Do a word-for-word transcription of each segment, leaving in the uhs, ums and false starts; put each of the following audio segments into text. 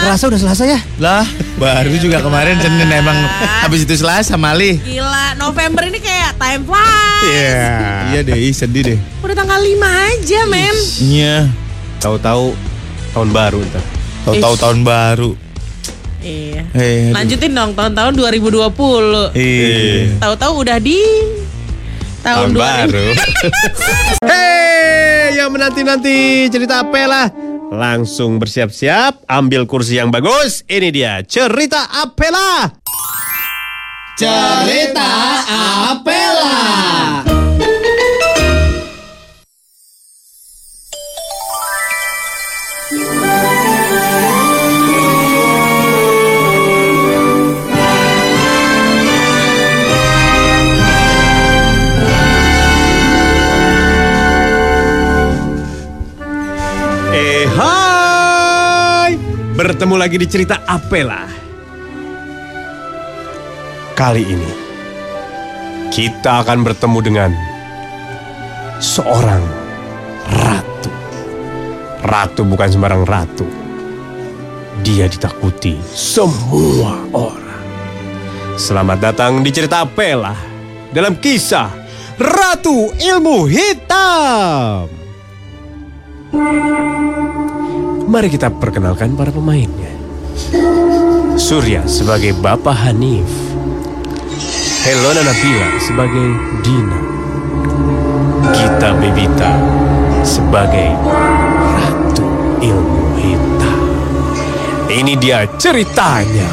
kerasa udah Selasa ya? Lah, baru juga kemarin Senin emang habis itu Selasa Mali. Gila, November ini kayak time flies. Iya. Yeah. Iya deh, sedih deh. Udah tanggal lima aja, men. Iya. Tahu-tahu tahun baru ntar. Tahu-tahu tahun baru. Iya. Eh, Lanjutin dong tahun-tahun dua ribu dua puluh. Iya. Tahu-tahu udah di tahun, Tahun dua ribu. baru. Hei, yang menanti-nanti cerita Apela. Langsung bersiap-siap, ambil kursi yang bagus. Ini dia cerita Apela. Cerita Apela. Eh, hai. Bertemu lagi di cerita Apela. Kali ini kita akan bertemu dengan seorang ratu. Ratu bukan sembarang ratu. Dia ditakuti semua orang. Selamat datang di cerita Apela dalam kisah Ratu Ilmu Hitam. Mari kita perkenalkan para pemainnya. Surya sebagai Bapak Hanif, Helona Nabila sebagai Dina, Gita Bebita sebagai Ratu Ilmu Hitam. Ini dia ceritanya.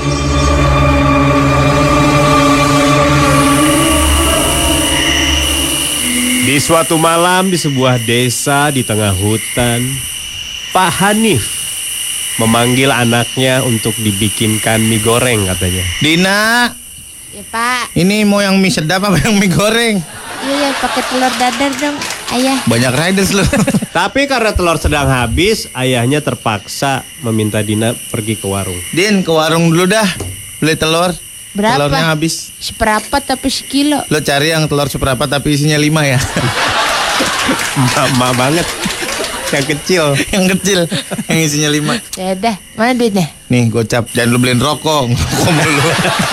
Di suatu malam di sebuah desa di tengah hutan, Pak Hanif memanggil anaknya untuk dibikinkan mie goreng katanya. Dina, Ya Pak. ini mau yang mie sedap apa yang mie goreng? Iya ya pakai telur dadar dong, ayah. Banyak riders loh. Tapi karena telur sedang habis, ayahnya terpaksa meminta Dina pergi ke warung. Din, ke warung dulu dah. Beli telur. Berapa? Telurnya habis. Seperempat tapi sekilo. Lo cari yang telur seperempat tapi isinya lima ya. Mama banget. Yang kecil. Yang kecil, yang isinya lima. Ya udah, mana duitnya? Nih, gocap. Jangan lu beliin rokok. Rokok mulu.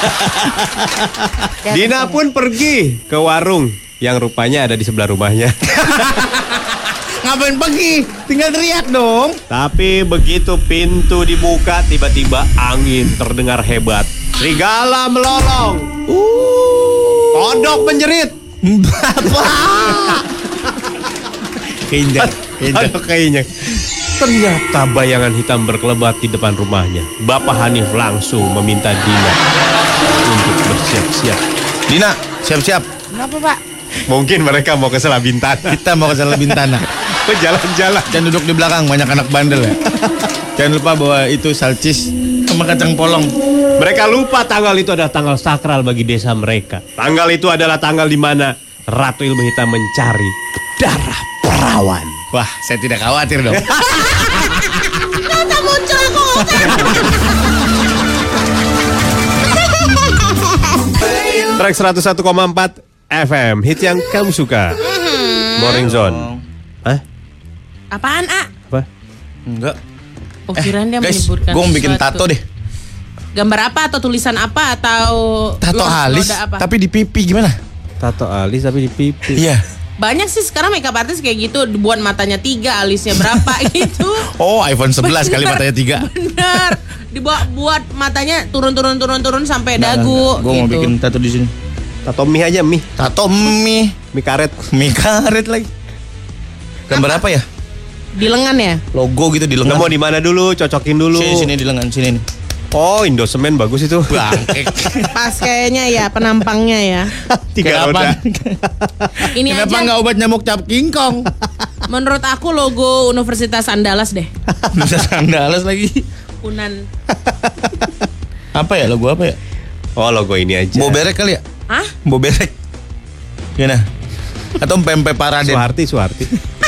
Dina pun pergi ke warung yang rupanya ada di sebelah rumahnya. Ngapain pergi? Tinggal teriak dong. Tapi begitu pintu dibuka, tiba-tiba angin terdengar hebat. Serigala melolong. Uh. Kodok menjerit. Bapak. Keinjak. Kodok keinjak. Ternyata bayangan hitam berkelebat di depan rumahnya. Bapak Hanif langsung meminta Dina untuk bersiap-siap. Dina, siap-siap. Kenapa Pak? Mungkin mereka mau ke Selabintana. Kita mau ke Selabintana. Ke jalan-jalan. Jangan duduk di belakang, banyak anak bandel ya. Jangan lupa bawa itu salcis sama kacang polong. Mereka lupa tanggal itu adalah tanggal sakral bagi desa mereka. Tanggal itu adalah tanggal di mana Ratu Ilmu Hitam mencari darah perawan. Wah, saya tidak khawatir dong. Kenapa muncul aku? Track seratus satu koma empat F M, hit yang kamu suka. Morning Zone. Hah? Apaan, A? Apa? Enggak. Oh, kirain dia Guys, menyebutkan gue mau bikin sesuatu. tato deh. Gambar apa atau tulisan apa atau Tato lo- alis, noda apa? tapi di pipi gimana? Tato alis tapi di pipi. Iya. Banyak sih sekarang makeup artist kayak gitu, dibuat matanya tiga, alisnya berapa gitu. Oh, iPhone sebelas kali Bener, matanya tiga. Bener. Dibuat buat matanya turun-turun turun-turun sampai dagu Gue gitu. mau bikin tato di sini. Tato mie aja mie. Tato mie, Mie karet. mie karet lagi. Gambar apa ya? Di lengan ya? Logo gitu di lengan. Nggak mau di mana dulu, cocokin dulu. Sini, sini di lengan, sini nih. Oh, Indosemen bagus itu. Bangkek. Pas kayaknya ya penampangnya ya. Tiga roda. Ini Kenapa aja nggak obat nyamuk cap kingkong? menurut aku logo Universitas Andalas deh. Bisa sandalas lagi. Unan. Apa ya logo apa ya? Oh, logo ini aja. Boberek kali ya? Hah? Boberek. Gimana? Atau pempek Paraden? Suharti, Suharti.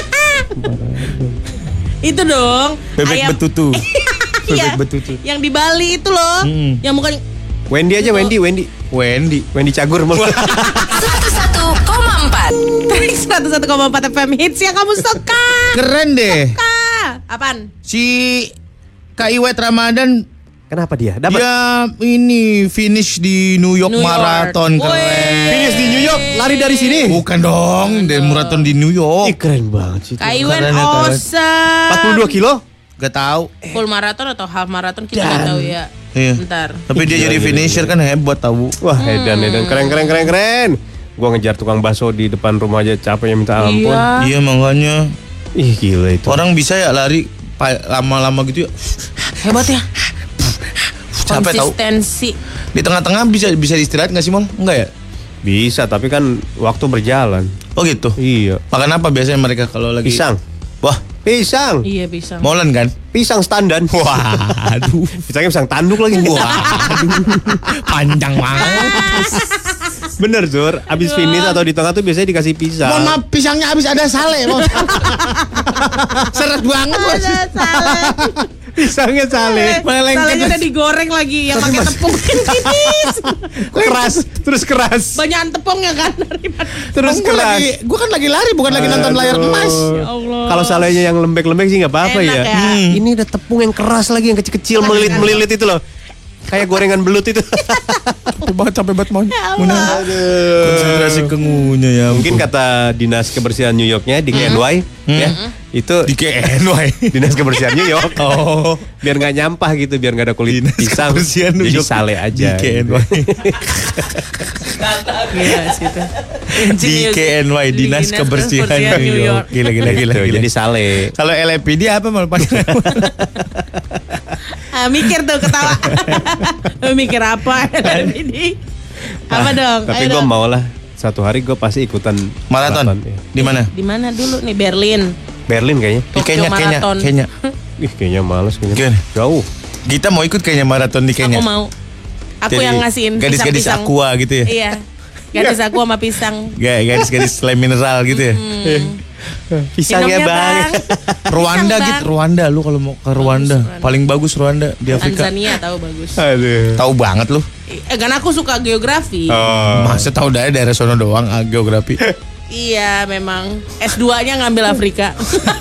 Itu dong. Bebek ayam- betutu. Iya. Bebek betutu. Yang di Bali itu loh. Hmm. Yang bukan Wendy aja, Wendy, Wendy. Wendy. Wendy Cagur malah. seratus satu koma empat Track seratus satu koma empat F M hits yang kamu suka. Keren deh. Suka. Apaan? Si Kak Iwet Ramadan. Kenapa dia? Dapat Dia ini finish di New York New York. Marathon. Wih. Keren. finish di New York, lari dari sini. Bukan dong, dari maraton di New Ih, York. keren banget sih. Kak Iwan Keren ya, keren. awesome. empat puluh dua kilo. Gak tahu. Full maraton atau half maraton kita nggak tahu ya. Iya. Bentar. Tapi dia Gila, jadi gila, finisher kan hebat tahu. Wah, edan edan keren keren keren keren. Gua ngejar tukang bakso di depan rumah aja capeknya minta ampun. Iya. Iya makanya. Ih, gila itu. Orang bisa ya lari pa- lama-lama gitu ya. Hebat ya. Capek tahu. Konsistensi. Di tengah-tengah bisa bisa istirahat nggak sih, Mong? Enggak ya? Bisa, tapi kan waktu berjalan. Oh gitu. Iya. Makan apa biasanya mereka kalau lagi Pisang. Wah, Pisang. Iya bisa. molen kan? Pisang standar. Waduh. Pisangnya pisang tanduk lagi. Waduh. Panjang banget. Bener, Zur. Abis finish atau di tengah tuh biasanya dikasih pisang. Mohon maaf, pisangnya habis ada sale, Bos. Seret banget, Bos. Pisangnya sale. Salahnya udah digoreng lagi yang pakai tepung tipis. Keras, terus keras. Banyakan tepungnya kan daripada. Terus Gua keras. lagi, gua kan lagi lari, bukan lagi nonton layar Aduh. emas. Ya Allah. Kalau salenya yang lembek-lembek sih nggak apa-apa Enak ya. ya. Hmm. Ini ada tepung yang keras lagi, yang kecil-kecil, melilit-melilit itu loh. Kayak gorengan belut itu. Capek banget, capek banget, Mon. Allah. Konsentrasi ke ngunya ya. Mungkin kata dinas kebersihan New Yorknya di K N Y ya, itu di K N Y. dinas kebersihan New York. Oh. Biar nggak nyampah gitu, biar nggak ada kulit Dinas pisang. kebersihan New Jadi York. sale aja. Di K N Y. gitu. Gila sih itu. Di K N Y, Dinas Kebersihan New York. Gila, gila, gila, Gitu, gila. Jadi sale. Kalau L A P D apa malah panggil? Ah, mikir tuh ketawa. Mikir apa ini? Apa dong? Tapi Ayo gue dong. mau lah satu hari gue pasti ikutan Maraton. ya. Di mana? Di mana dulu nih? Berlin. Berlin kayaknya. Di Kenya, Tokyo Kenya, Marathon. Kenya. Ih, kayaknya males kayaknya. Gimana? Jauh. Kita mau ikut kayaknya maraton di Kenya. Aku mau. Aku Jadi, yang ngasihin gadis-gadis pisang-pisang. aqua gitu ya? Iya. Gadis aku sama pisang. Gak, gadis-gadis selain mineral gitu ya. Pisangnya Minumnya, bang. Rwanda Pisang, gitu, Bang. Rwanda lu kalau mau ke Rwanda, Rwanda. paling bagus Rwanda di Afrika. Tanzania tahu bagus. Aduh. Tahu banget lu. Eh kan aku suka geografi. Oh. Masa tahu dari daerah sono doang ah, geografi. Iya memang. S dua-nya ngambil Afrika.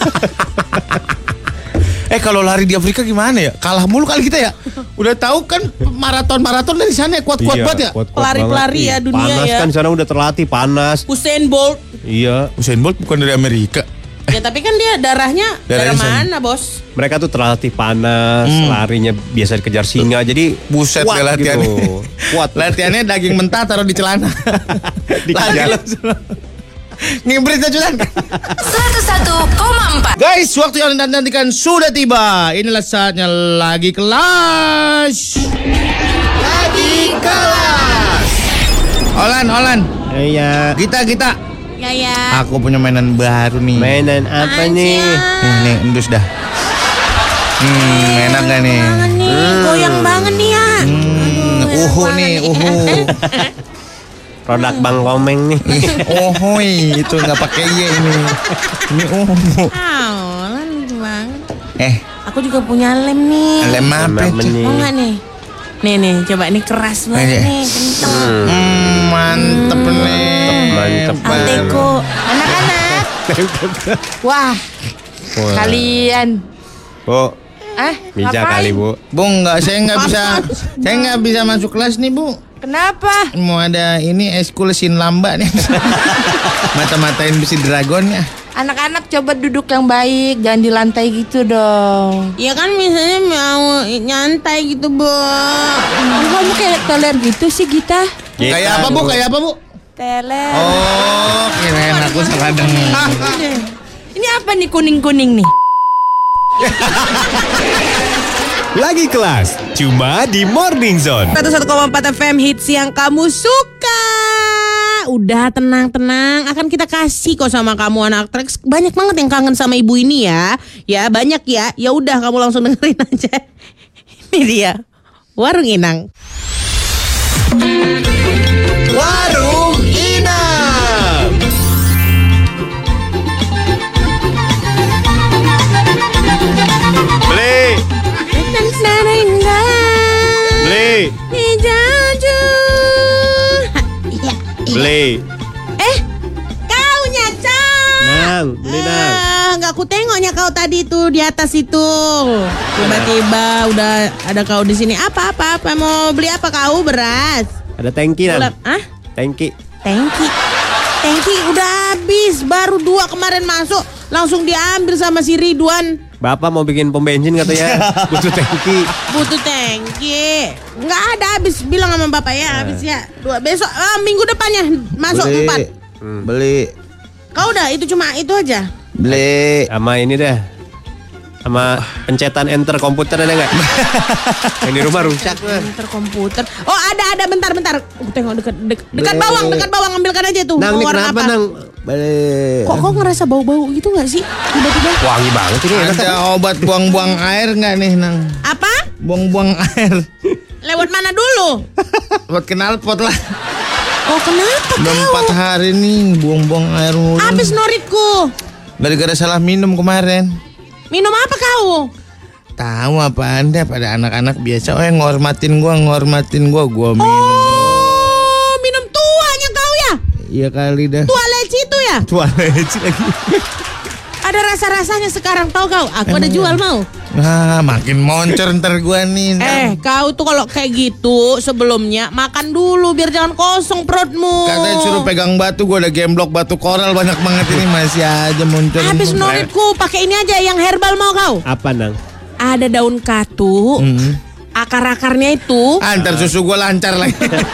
Eh kalau lari di Afrika gimana ya? Kalah mulu kali kita ya. Udah tahu kan maraton-maraton dari sana kuat-kuat Iya, banget ya. kuat-kuat Pelari-pelari banget. ya, Ih, dunia panas ya. kan sana udah terlatih panas. Usain Bolt. Iya. Usain Bolt bukan dari Amerika. Ya tapi kan dia darahnya Darahnya darah sana. mana bos? Mereka tuh terlatih panas, larinya biasa dikejar singa. Jadi Buset kuat deh latihannya. gitu. Kuat. Latihannya daging mentah taruh di celana. Dikejar. Ngibrit aja kan. seratus satu koma empat. Guys, waktu yang nantikan sudah tiba. Inilah saatnya lagi kelas. Lagi kelas. Olan, Olan. Iya. Kita, kita. Ya ya. Aku punya mainan baru nih. Mainan apa nih? Nih, nih, endus dah. Hmm, enak gak nih? Banget nih, goyang banget nih ya. Hmm, uhu nih, uhu. Produk Bang Komeng nih. Ohoi, itu nggak pakai ye ini. Ini uhu. Ah, lucu banget. Eh, Aku juga punya lem nih. lem apa Lem apa itu? nih? Mau nggak nih? Nih nih, coba ini keras banget Ayo. nih, kenceng. Hmm, mantep nih. mantep banget. Alteko. Anak-anak. Wah, Wah. kalian. Bu, Ah, Mija ngapain? kali bu. Bu, nggak, saya nggak bisa, saya nggak bisa masuk kelas nih Bu. Kenapa? Mau ada ini eskul sin lamba nih. Mata-matain besi dragon ya. Anak-anak coba duduk yang baik, jangan di lantai gitu dong. Ya kan misalnya mau nyantai gitu, Bu. Oh, kamu kayak teler gitu sih, Gita. Kayak apa Bu? Kayak apa Bu? Teler. Oh, kirain aku salah dengar. Ini apa nih kuning-kuning nih? Lagi kelas, cuma di Morning Zone. seratus satu koma empat F M hits yang kamu suka. Udah tenang-tenang, akan kita kasih kok sama kamu anak Trax. Banyak banget yang kangen sama ibu ini ya. Ya banyak ya. Ya udah kamu langsung dengerin aja. Ini dia Warung Inang. Warung Inang. Beli, beli, beli. Eh, kau nyacang. Nang, beli nang. Ah, nggak aku tengoknya kau tadi tuh di atas itu. Tiba-tiba udah ada kau di sini. Apa apa apa mau beli apa kau? Beras. Ada tangki Nang. Ah? Tangki. Tangki. Tangki udah habis. Baru dua kemarin masuk. Langsung diambil sama si Ridwan. Bapak mau bikin pom bensin katanya. Butuh tangki. Butuh tangki. Nggak ada habis. Bilang sama bapak ya habis ya. Dua besok ah, minggu depannya masuk Beli. empat. Hmm. Beli. Kau udah itu cuma itu aja. Beli. Sama ini deh. Sama pencetan enter komputer ada nggak? Yang di rumah rusak. Enter komputer. Oh ada ada bentar bentar. Uh, tengok dekat dekat, dekat bawang dekat bawang ambilkan aja tuh. Nang, Mau ini warna kenapa apa? Nang? Beli. Kok kok ngerasa bau-bau gitu nggak sih tiba-tiba? Wangi banget ini. enak. Ada obat buang-buang air nggak nih Nang? Apa? Buang-buang air. Lewat mana dulu? Buat knalpot lah. Oh kenapa Udah kau? empat hari nih buang-buang air mulu. Habis noritku. Gara-gara salah minum kemarin. Minum apa kau? Tahu apa Anda pada anak-anak biasa oh yang ngormatin gua, ngormatin gua, gua minum. Oh minum tuanya kau ya? Iya kali dah. Tua leci itu ya? Tua leci lagi. Ada rasa-rasanya sekarang tahu kau? Aku ada jual mau. Nah, makin moncer ntar gua nih. Nang. Eh kau tuh kalau kayak gitu sebelumnya makan dulu biar jangan kosong perutmu. Katanya suruh pegang batu, gua udah gemblok batu koral banyak banget ini masih aja muncul. Habis noritku pakai ini aja yang herbal mau kau? Apa Nang? Ada daun katu, Hmm. akar-akarnya itu. Ah, ntar susu gua lancar lagi.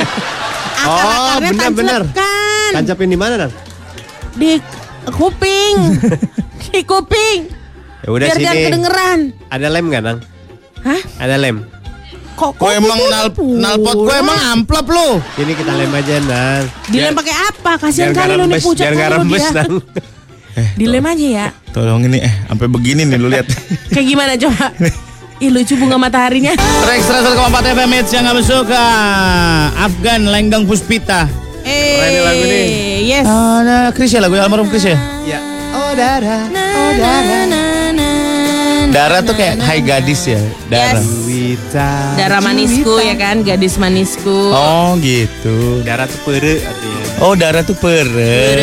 Oh, Akar-akarnya benar-benar. tancepkan Tancapin di mana Nang? di kuping, di kuping. Ya udah Biar jangan sini. kedengeran. Ada lem nggak Nang? Hah? Ada lem. Kok Gua kok emang gitu nal, pula? nalpot gua emang amplop lu. Ini kita lem aja Nang. Dilem pakai apa? Kasihan Biar kali nggak lu nih rembes, pucat biar nggak kali lu rembes dia. Nang. Dilem aja ya. Tolong ini eh sampai begini nih lu lihat. Kayak gimana coba? Ih lucu bunga mataharinya. Rex seratus koma empat F M hits yang kamu suka. Afgan Lenggang Puspita. Eh, Keren nih lagu nih. Yes. Ada Chris ya lagu almarhum Chris ya. Ya. Oh darah. Oh darah. Dara tuh kayak hai gadis ya. Dara. Yes. Wita. Darah manisku ya kan, gadis manisku. Oh gitu. Darah tuh pere artinya. Oh Dara tuh pere.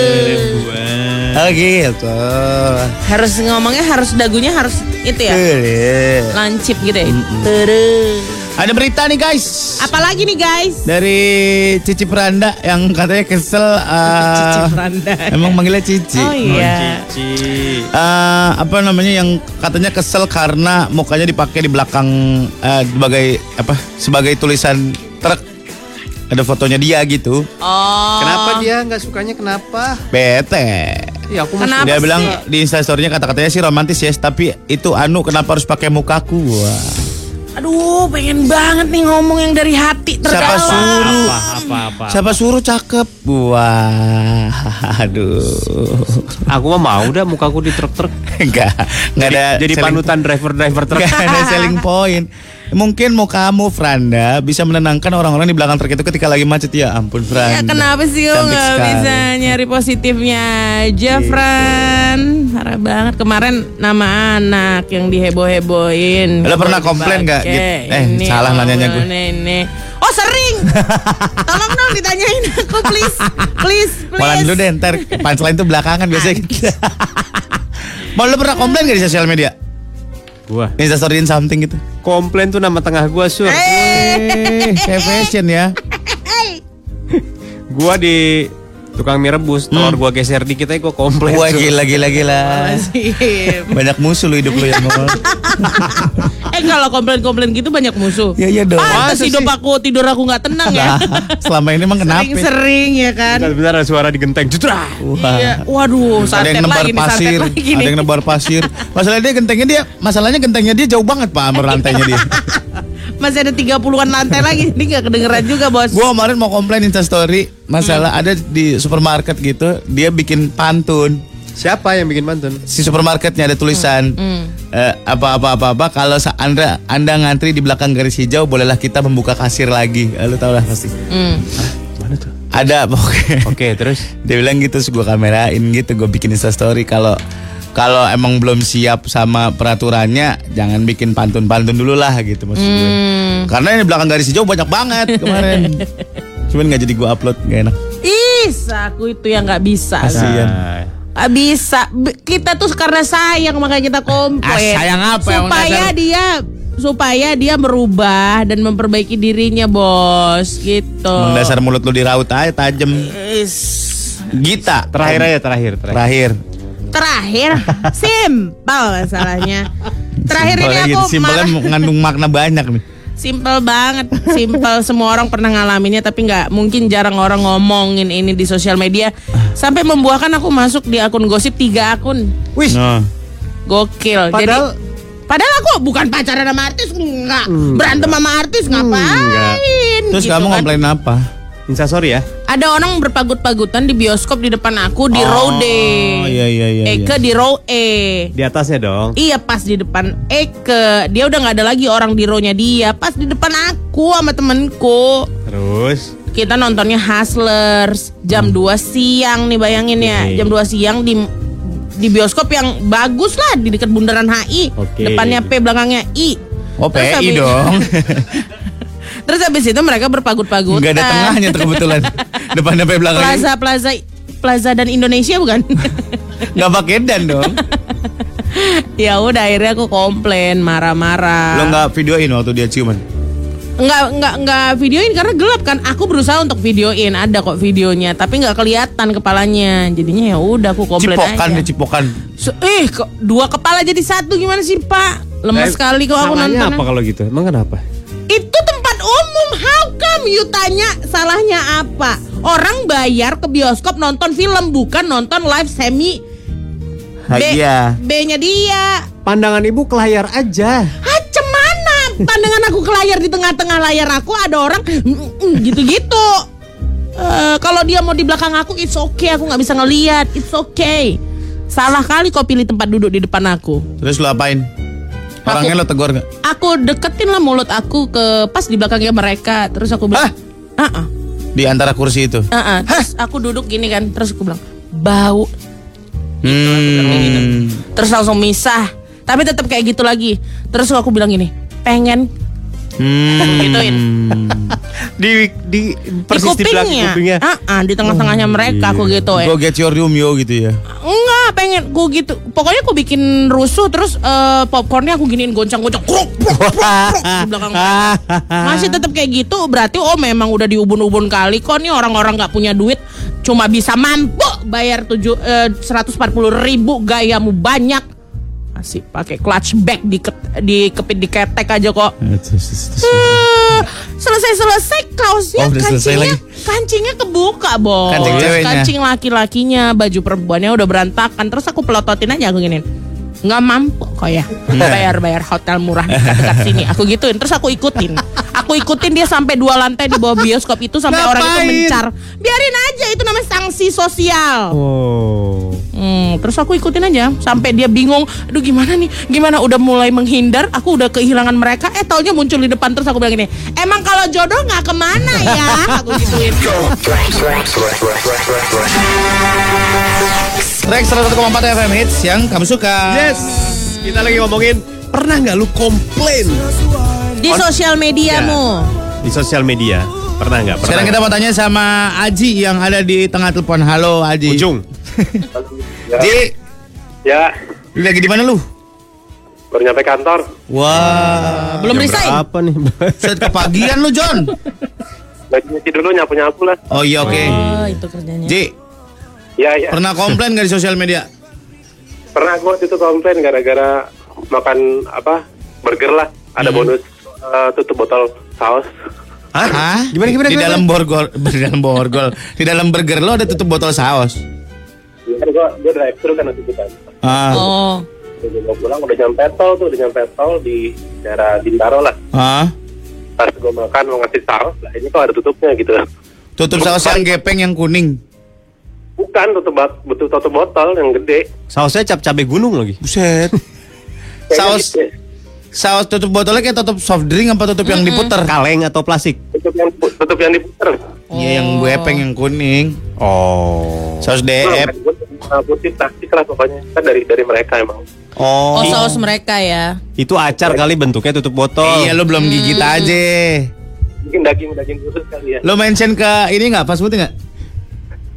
Oh gitu. Harus ngomongnya harus dagunya harus itu ya. Pere. Lancip gitu ya. Tere. Ada berita nih guys. Apalagi nih guys? Dari Cici Pranda yang katanya kesel. uh, Cici Pranda. Emang manggilnya Cici. Oh iya. Cici. Eh, apa namanya yang katanya kesel karena mukanya dipakai di belakang eh, sebagai apa sebagai tulisan truk, ada fotonya dia gitu. Oh. Kenapa dia nggak sukanya kenapa? Bete. Ya aku Kenapa Dia sih? bilang di instastorynya kata-katanya sih romantis ya, tapi itu anu kenapa harus pakai mukaku? Wah. Aduh, pengen banget nih ngomong yang dari hati Siapa terdalam. suruh? apa apa apa. Siapa suruh cakep? Wah, aduh. Aku mah mau dah mukaku di truk-truk. Enggak, enggak ada Jadi selling- panutan driver-driver truk. Enggak ada selling point. Mungkin mau kamu Franda bisa menenangkan orang-orang di belakang truk itu ketika lagi macet. Ya ampun Franda. Ya kenapa sih lo Cantik gak sekali. bisa nyari positifnya aja Fran. Parah banget kemarin nama anak yang diheboh-hebohin. Lo pernah Boleh komplain nggak, dipakai. Git? Eh, Ini, salah nanyanya gue. Ini, ini. Oh sering. Tolong dong ditanyain aku please. Please, please. Malah dulu deh ntar punchline tuh belakangan biasanya gitu. Mau lo pernah komplain gak di sosial media? Gua Instastoryin something gitu. komplain tuh nama tengah gua sur. Eh, kayak fashion ya. Gua di tukang mie rebus, telur gua geser dikit aja gua komplain. Wah Sur. gila gila gila. Asik. Banyak musuh lu hidup lu yang ngomong. Eh kalau komplain-komplain gitu banyak musuh. Iya iya dong. Pantes Masa hidup sih? aku tidur aku nggak tenang ya. Nah, selama ini emang kenapa? Sering-sering ya kan. Bentar-bentar ada suara di genteng. Jutra. Wah. Iya. Waduh, Ada santet yang nebar lagi nih, santet pasir, lagi ada nih. yang nebar pasir. Masalahnya dia gentengnya dia, masalahnya gentengnya dia jauh banget Pak, sama rantainya dia. Masih ada tiga puluhan lantai lagi. Ini gak kedengeran juga bos. Gua kemarin mau komplain Instastory, masalah ada di supermarket gitu, dia bikin pantun. Siapa yang bikin pantun? Si supermarketnya ada tulisan eh, apa-apa-apa-apa kalau sa- anda anda ngantri di belakang garis hijau, bolehlah kita membuka kasir lagi. Eh, lu tau lah pasti. Hmm. Mana tuh? Ada pokoknya. Oke, terus Dia bilang gitu, terus gue kamerain gitu, gue bikin Instastory kalau kalau emang belum siap sama peraturannya, jangan bikin pantun-pantun dulu lah gitu maksud gue. Karena ini belakang garis hijau banyak banget kemarin. Cuman nggak jadi gue upload, nggak enak. Is, aku itu yang nggak bisa. Kasian. Nah, Gak bisa. B- Kita tuh karena sayang makanya kita komplain. Ah, sayang apa yang Supaya dasar- dia supaya dia merubah dan memperbaiki dirinya, Bos. Gitu. Emang dasar mulut lu diraut aja tajem. Is- Gita, Terakhir aja, terakhir, terakhir. terakhir. Terakhir, simpel masalahnya. Terakhir ini Simpelnya aku gitu, simpelnya marah. mengandung makna banyak nih. Simpel banget, simpel. Semua orang pernah ngalaminnya, tapi nggak mungkin jarang orang ngomongin ini di sosial media. Sampai membuahkan aku masuk di akun gosip tiga akun. Wih, Nah. Gokil. Padahal- Jadi padahal aku bukan pacaran sama artis, enggak. Berantem sama artis ngapain? Terus Gitu kamu kan. komplain apa? Instastory ya. Ada orang berpagut-pagutan di bioskop di depan aku di Oh, row D. iya, iya, iya, Eke iya. di row E. Di atasnya dong. Iya, pas di depan Eke. Dia udah nggak ada lagi orang di row-nya dia. Pas di depan aku sama temenku. Terus Kita nontonnya Hustlers jam dua siang nih, bayangin ya. Oke. Jam dua siang di di bioskop yang bagus lah di dekat bundaran H I. Oke. Depannya P, belakangnya I. Oh, Terus P I habis- dong. Terus habis itu mereka berpagut-pagutan. Enggak ada tengahnya tuh kebetulan. Depan sampai belakang. Plaza Plaza Plaza dan Indonesia bukan? Enggak pakai dan dong. Ya udah akhirnya aku komplain, marah-marah. Lo enggak videoin waktu dia ciuman. Nggak nggak nggak videoin karena gelap kan. Aku berusaha untuk videoin, ada kok videonya, tapi nggak kelihatan kepalanya. Jadinya ya udah aku komplain Cipokan aja. deh, cipokan. So, eh kok dua kepala jadi satu gimana sih Pak? Lemes Eh, sekali kok aku salahnya nonton. apa kalau gitu? Emang kenapa? Itu tempat umum, how come you tanya salahnya apa? Orang bayar ke bioskop nonton film, bukan nonton live semi B, Iya. B-nya dia. Pandangan ibu ke layar aja. Hacem mana? Pandangan aku ke layar, di tengah-tengah layar aku ada orang mm, mm, gitu-gitu. Eh, kalau dia mau di belakang aku, it's okay, aku nggak bisa ngelihat, it's okay. Salah kali kau pilih tempat duduk di depan aku. Terus lo apain? Orangnya lo tegur nggak? Aku deketin lah mulut aku ke pas di belakangnya mereka, terus aku bilang, ah, ah, Di antara kursi itu. ah, ah. Terus aku duduk gini kan, terus aku bilang bau. Hmm. Terus langsung misah. Tapi tetap kayak gitu lagi. Terus aku bilang gini, pengen Hmm. gituin. Di di persis di belakang kupingnya. Ah, ah, di tengah-tengahnya mereka aku gituin. Go get your room yo gitu ya. Enggak, pengen gue gitu. Pokoknya aku bikin rusuh, terus eh, popcornnya aku giniin goncang-goncang kruk, kruk, kruk, kruk, di belakang mereka. Masih tetap kayak gitu, berarti oh memang udah diubun-ubun kali kok nih orang-orang nggak punya duit, cuma bisa mampu bayar tujuh eh, seratus empat puluh ribu, gayamu banyak, masih pakai clutch bag di di kepit di ketek aja kok. Eh, selesai-selesai kaosnya, Oh, udah selesai kancingnya, lagi. kancingnya kebuka, Bos. Kancing ceweknya. Kancing laki-lakinya, baju perempuannya udah berantakan. Terus aku pelototin aja, aku giniin, nggak mampu kok ya bayar-bayar hotel murah dekat-dekat sini. Aku gituin, terus aku ikutin. Aku ikutin dia sampai dua lantai di bawah bioskop itu sampai orang itu Ngapain? mencar. Biarin aja, itu namanya sanksi sosial. Oh. Hmm, terus aku ikutin aja sampai dia bingung. Aduh gimana nih? Gimana udah mulai menghindar? Aku udah kehilangan mereka. Eh taunya muncul di depan, terus aku bilang gini, emang kalau jodoh nggak kemana ya? Aku gituin. Rex seratus satu koma empat F M Hits yang kamu suka. Yes. Kita lagi ngomongin, pernah nggak lu komplain Di sosial mediamu. di sosial media? Pernah nggak? Pernah Sekarang kita nggak? mau tanya sama Aji yang ada di tengah telepon. Halo Aji. Ujung. Ji, Ya, lu lagi di mana lu? baru nyampe kantor. Wah, Belum Jam resign. Berapa nih? set kepagian lu John. Lagi nyuci dulu, nyapu-nyapu lah. Oh iya oke. Oh itu kerjanya. Ji, Ya, ya. pernah komplain gak di sosial media? Pernah gue waktu itu komplain gara-gara makan apa burger lah. Ada bonus eh, tutup botol saus. Hah? Gimana, gimana, Di gimana? dalam borgol, di dalam borgol, di dalam burger lo ada tutup botol saus. Kan gue gue drive thru kan waktu itu kan. Ah, Oh. Udah mau pulang, udah nyampe tol tuh, udah nyampe tol di daerah Bintaro lah. ah, Pas gue makan mau ngasih saus, lah ini kok ada tutupnya gitu. tutup saus yang gepeng yang kuning. Bukan tutup bat- betul tutup botol yang gede. Sausnya cap cabai gunung lagi. Buset. Kayaknya Saus, gitu ya. saus tutup botolnya kayak tutup soft drink apa tutup yang diputer? Kaleng atau plastik? Tutup yang tutup yang diputer. Iya yang gepeng yang kuning. Oh. Saus D F. Nah, putih plastik lah pokoknya. Kan dari dari mereka emang. Oh, Oh, saus mereka ya. Itu acar kali bentuknya tutup botol. iya lo belum gigit aja. Mungkin daging daging khusus kali ya. Lo mention ke ini nggak fast food nggak?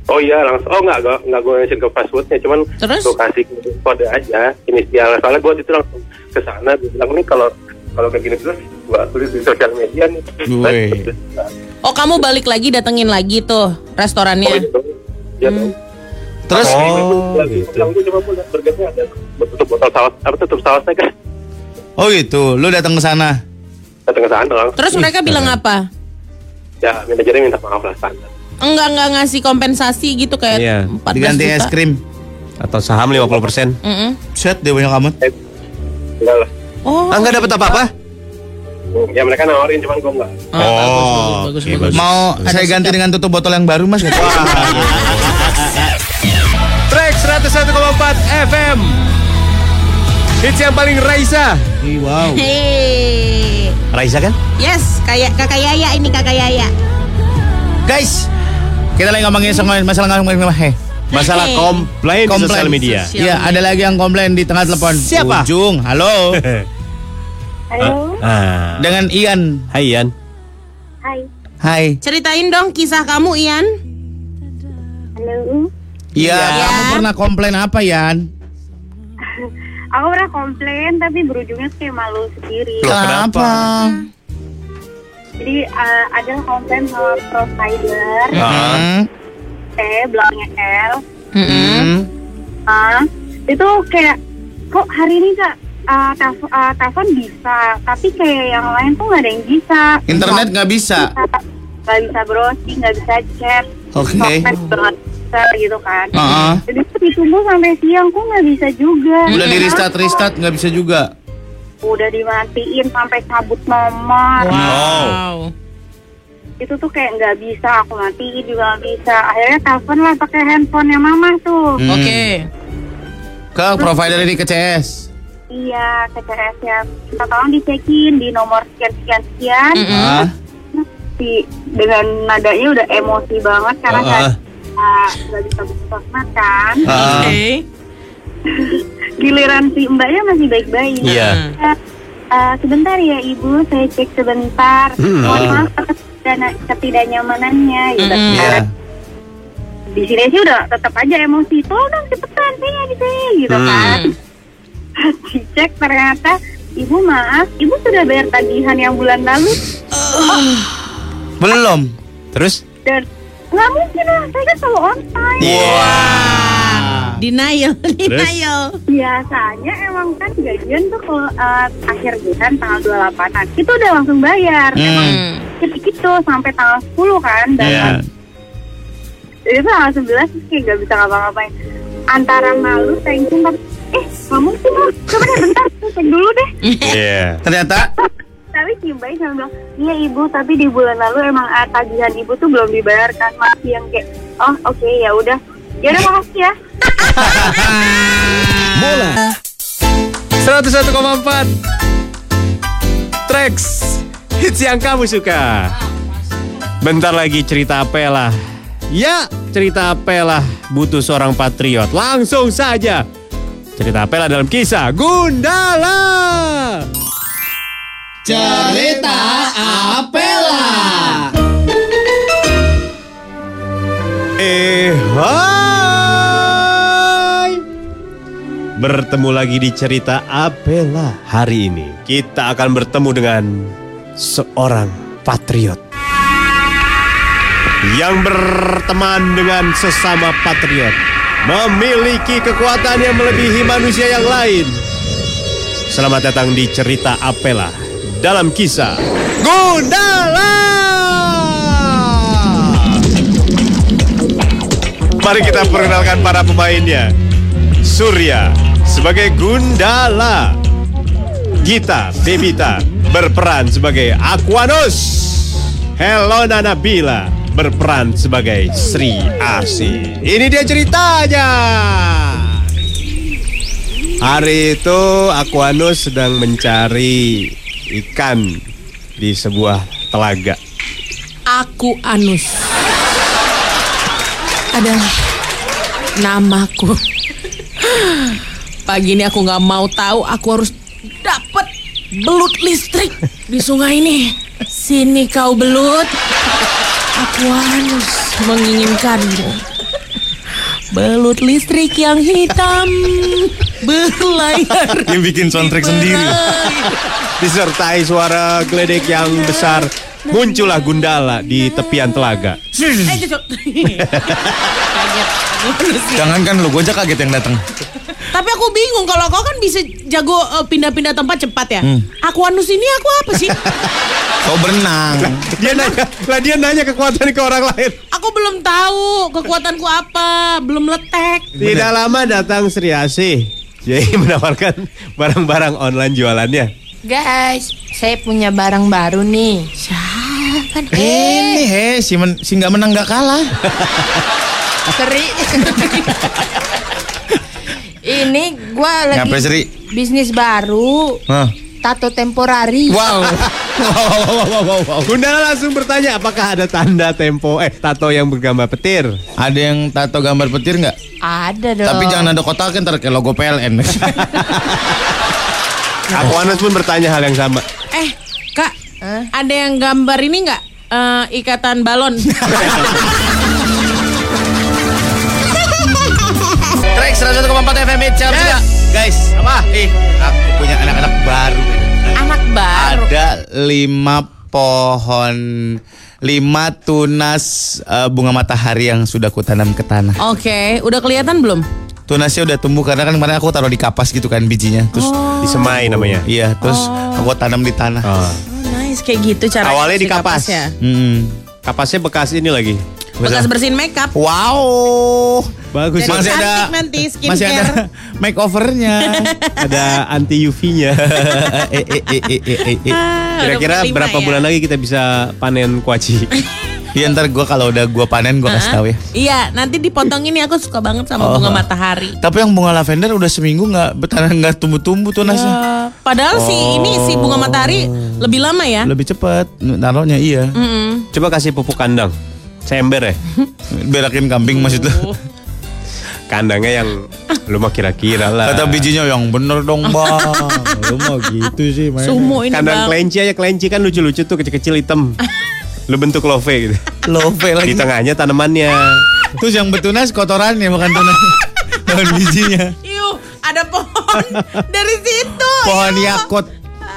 Oh iya langsung. Oh enggak, enggak, enggak gue mention ke passwordnya, cuman Terus? gue kasih kode aja inisial. Soalnya gue itu langsung ke sana, gue bilang nih kalau kalau kayak gini terus gue tulis di sosial media nih. Woi. Oh, kamu balik lagi datengin lagi tuh restorannya. Oh itu, ya Hmm. Terus Oh, gitu. Yang gue cuma mau lihat burgernya ada tutup botol saus, apa tutup sausnya kan? oh gitu, lu datang ke sana. Datang ke sana langsung. Terus mereka bilang apa? Ya manajernya minta maaf lah standar. Enggak enggak ngasih kompensasi gitu kayak Iya. empat belas Diganti juta. es krim. Atau saham lima puluh persen. Mm-mm. Set dia banyak amat. Eh, enggak lah. Oh. Ah, nggak dapat apa-apa? Ya mereka nawarin cuman gue enggak. Ah, bagus, bagus, bagus, oke, bagus. bagus. Mau saya ganti dengan tutup botol yang baru mas? Track seratus satu koma empat F M. Hits yang paling Raisa. Wow. Hey. Raisa kan? Yes, kayak kakak Yaya ini kakak Yaya. Guys, kita lagi ngomongin soal masalah ngomongin hey. Masalah Hey. komplain di Komplain. sosial media. Sosial Iya, ada lagi yang komplain di tengah telepon. Siapa? Ujung. Halo. Halo, Ah. Dengan Ian. Hai Ian. hai, Hai. Ceritain dong kisah kamu, Ian. halo. Iya, Iya. kamu pernah komplain apa, Ian? Aku pernah komplain tapi berujungnya kayak malu sendiri. Loh, kenapa? Jadi uh, ada komplain sama provider, Ah. Hmm. T belakangnya L. Hmm. Ah, itu kayak kok hari ini kak uh, telepon uh, telepon bisa, tapi kayak yang lain tuh nggak ada yang bisa. Internet nggak bisa. Nggak bisa browsing, nggak bisa chat. Oke. Sosmed juga nggak bisa gitu kan. Heeh. Jadi itu ditunggu sampai siang, kok nggak bisa juga. Udah di restart restart nggak bisa juga. Udah dimatiin sampai cabut nomor. Wow. Itu tuh kayak nggak bisa, aku matiin juga nggak bisa. Akhirnya telepon lah pakai handphonenya mama tuh. Hmm. Oke. Ke provider ini ke C S. Iya, ke C S ya. Kita tolong dicekin di nomor sekian sekian sekian. Mm-mm. Ah. Si dengan nadanya udah emosi banget karena Ah, nggak ah. uh, nggak bisa buka sosmed kan. Ah. Oke. Giliran si mbaknya masih baik-baik. Iya. Eh, eh, sebentar ya ibu, saya cek sebentar. Hmm. Mohon maaf atas ketidak- ketidaknyamanannya gitu. Mm-mm. Iya. Di sini sih udah tetap aja emosi. Tolong dong cepetan sini di sini gitu Hmm. kan. Dicek ternyata ibu maaf, ibu sudah bayar tagihan yang bulan lalu Belum. Terus? dan nggak mungkin lah, saya kan selalu on time. Denial, denial. Biasanya emang kan gajian tuh kalau uh, akhir bulan tanggal dua puluh delapan itu udah langsung bayar. Emang Hmm. gitu sampai tanggal sepuluh kan. Dan Iya. jadi tuh tanggal sebelas terus kayak gak bisa ngapa-ngapain. Antara malu, tension, tapi eh gak mungkin lah. Coba deh bentar, saya cek dulu deh. Iya. Ternyata Tapi si Mbak sama bilang, iya ibu, tapi di bulan lalu emang uh, tagihan ibu tuh belum dibayarkan. Masih yang kayak, oh oke ya udah. Ya udah makasih ya. seratus satu koma empat Trax hits yang kamu suka. Bentar lagi cerita Apela. Ya, cerita Apela butuh seorang patriot. Langsung saja cerita Apela dalam kisah Gundala. cerita Apela. Eh, hai. Bertemu lagi di cerita Apela. Hari ini kita akan bertemu dengan seorang patriot yang berteman dengan sesama patriot, memiliki kekuatan yang melebihi manusia yang lain. Selamat datang di cerita Apela dalam kisah Gundala. Mari kita perkenalkan para pemainnya. Surya sebagai Gundala. Gita Bebita berperan sebagai Aquanus. Helona Nabila berperan sebagai Sri Asi. Ini dia ceritanya. Hari itu Aquanus sedang mencari ikan di sebuah telaga. Aku Anus adalah namaku. Pagi ini aku nggak mau tahu. Aku harus dapat belut listrik di sungai ini. Sini kau belut. Aku Anus menginginkanmu. Belut listrik yang hitam berlayar. Yang bikin soundtrack sendiri. Disertai suara geledek yang besar, muncullah Gundala di tepian telaga. Eh, cocok. Kaget. Jangankan lu, gue aja kaget yang datang. Tapi aku bingung kalau kau kan bisa jago uh, pindah-pindah tempat cepat ya. Hmm. Aquanus ini aku apa sih? Kau berenang. Dia nanya, lah dia nanya kekuatan ke orang lain. Aku belum tahu kekuatanku apa, belum letek. Tidak lama datang Sri Asih. Jadi menawarkan barang-barang online jualannya. Guys, saya punya barang baru nih. Siapa nih? Ini he, si, men, si gak menang gak kalah. Seri. Ini gua lagi Ngapain, Sri? bisnis baru. Hah. Tato temporari. Wow. Wow, wow, wow, wow, wow. Gundala langsung bertanya apakah ada tanda tempo eh tato yang bergambar petir. Ada yang tato gambar petir nggak? Ada dong. Tapi jangan ada kotak ntar kayak logo P L N. Aquanus pun bertanya hal yang sama. Eh, Kak, ada yang gambar ini nggak? Eh, ikatan balon. Track seratus satu koma empat F M Hits jam tiga. Guys, apa? Ih, aku punya anak-anak baru. Anak baru. Ada lima pohon, lima tunas uh, bunga matahari yang sudah kutanam ke tanah. Oke, udah kelihatan belum? Tunasnya udah tumbuh karena kan kemarin aku taruh di kapas gitu kan bijinya. Terus Disemai namanya. iya, terus aku tanam di tanah. Oh. Oh, nice, kayak gitu cara. Awalnya di kapas. Ya. Hmm. Kapasnya bekas ini lagi. Bekas bersihin makeup. Wow. Bagus. Jadi Masih ada cantik nanti skincare. masih ada makeovernya. Ada anti U V-nya. eh, eh, eh, eh, eh, eh, eh. Ah, Kira-kira udah berapa lima ya? bulan lagi kita bisa panen kuaci? Iya ntar gue kalau udah gue panen gue kasih tahu ya. Iya, nanti dipotong ini aku suka banget sama Oh. bunga matahari. Tapi yang bunga lavender udah seminggu nggak bertanah nggak tumbuh-tumbuh tunasnya. Ya, padahal sih ini si bunga matahari lebih lama ya. Lebih cepat naruhnya iya. Mm-mm. Coba kasih pupuk kandang. Sember ya? Berakin kambing maksud lu. Kandangnya yang lu mah kira-kira lah. Kata bijinya yang bener dong bang. Lu mah gitu sih mainnya. Sumo ini Kandang bang. kelinci aja, kelinci kan lucu-lucu tuh kecil-kecil hitam. Lu bentuk love gitu. Love Di lagi. tengahnya tanamannya. Terus yang betunas kotorannya bukan tunas. Daun bijinya. Iuh, ada pohon dari situ. Pohon Iuh. yakut.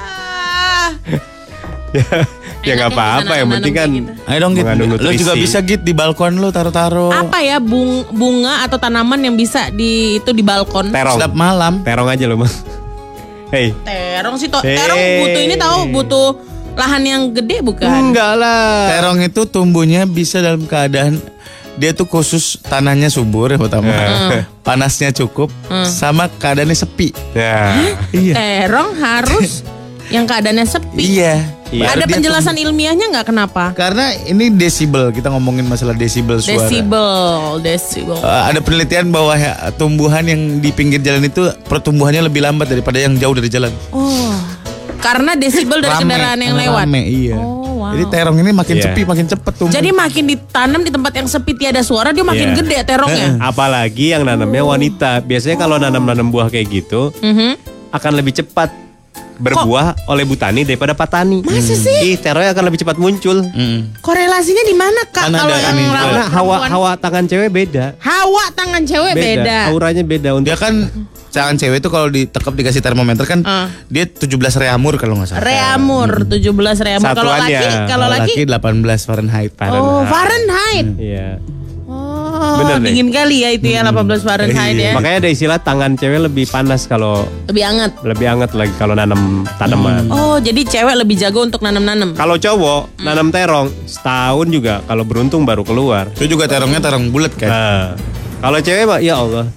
Ah. ya ya nggak Enak ya apa-apa, bisa yang penting kan nanam-nanam Ayo dong Git, mengandung lu nutrisi. juga bisa Git di balkon lu taruh-taruh. Apa ya bung, bunga atau tanaman yang bisa di itu di balkon? terong. Setiap malam. Terong aja lu mah. Hei. Terong sih to, Hey. terong butuh ini tahu butuh lahan yang gede bukan? Enggak lah. Terong itu tumbuhnya bisa dalam keadaan dia tuh khusus tanahnya subur ya pertama, panasnya cukup, sama keadaannya sepi. Ya. Iya. Terong harus yang keadaannya sepi. Iya. Iya. Baru Ada dia penjelasan ilmiahnya nggak kenapa? tumbuh. Karena ini desibel, kita ngomongin masalah desibel suara. Desibel, desibel. Uh, ada penelitian bahwa ya, tumbuhan yang di pinggir jalan itu pertumbuhannya lebih lambat daripada yang jauh dari jalan. Oh, karena desibel dari Rame, kendaraan yang lewat. Rame, iya. Oh, wow. Jadi terong ini makin Iya. sepi, makin cepet tumbuh. Jadi makin ditanam di tempat yang sepi tiada suara dia makin Iya. gede terongnya. Apalagi yang nanamnya wanita. Biasanya kalau nanam-nanam buah kayak gitu Mhm. akan lebih cepat berbuah oleh butani daripada patani. Masa sih? Ih, terongnya akan lebih cepat muncul. Mm. Korelasinya di mana Kan Kak? ada Kalau yang ini juga. rawat Karena hawa perempuan? hawa tangan cewek beda. Hawa tangan cewek beda. Auranya beda untuk Dia kan tangan cewek itu kalau ditekap dikasih termometer kan Ah. dia tujuh belas reamur kalau nggak salah. Reamur, tujuh belas reamur. Kalau laki, Satuannya. kalau Kalau laki, laki delapan belas Fahrenheit. oh Fahrenheit. Iya. Oh, Bener deh. dingin kali ya itu ya delapan belas Fahrenheit ya. Makanya ada istilah tangan cewek lebih panas kalau Lebih hangat. lebih hangat lagi kalau nanam tanaman. Oh, jadi cewek lebih jago untuk nanam-nanam. Kalau cowok nanam terong setahun juga kalau beruntung baru keluar. Itu juga terongnya terong bulat kan. Nah, kalau cewek mah ya Allah.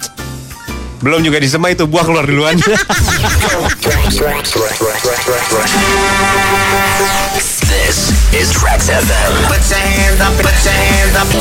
Belum juga disemai itu buah keluar duluan. This is Trax F M. Put your hands up, put your hands up.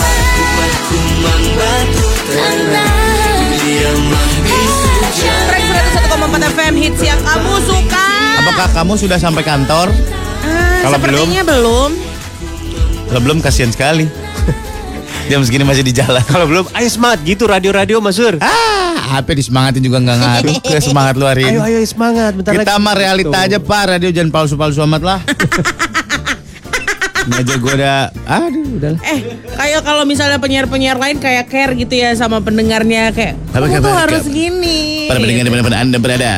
Track seratus satu koma empat F M hits yang kamu suka. Apakah kamu sudah sampai kantor? Ah, Kalau sepertinya belum. Kalau belum kasihan sekali. Jam segini masih di jalan. Kalau belum, ayo semangat gitu radio-radio Mas Sur. Ah, apa disemangatin juga nggak ngaruh ke semangat lu hari ini. Ayo ayo semangat bentar Kita lagi. mah realita Tuh. aja Pak, radio jangan palsu-palsu amat lah. Ini aja gue udah, aduh udahlah. Eh, kayak kalau misalnya penyiar-penyiar lain kayak care gitu ya sama pendengarnya kayak Apa kamu tuh kabar, harus kabar? gini. Para pendengar dimanapun Anda berada.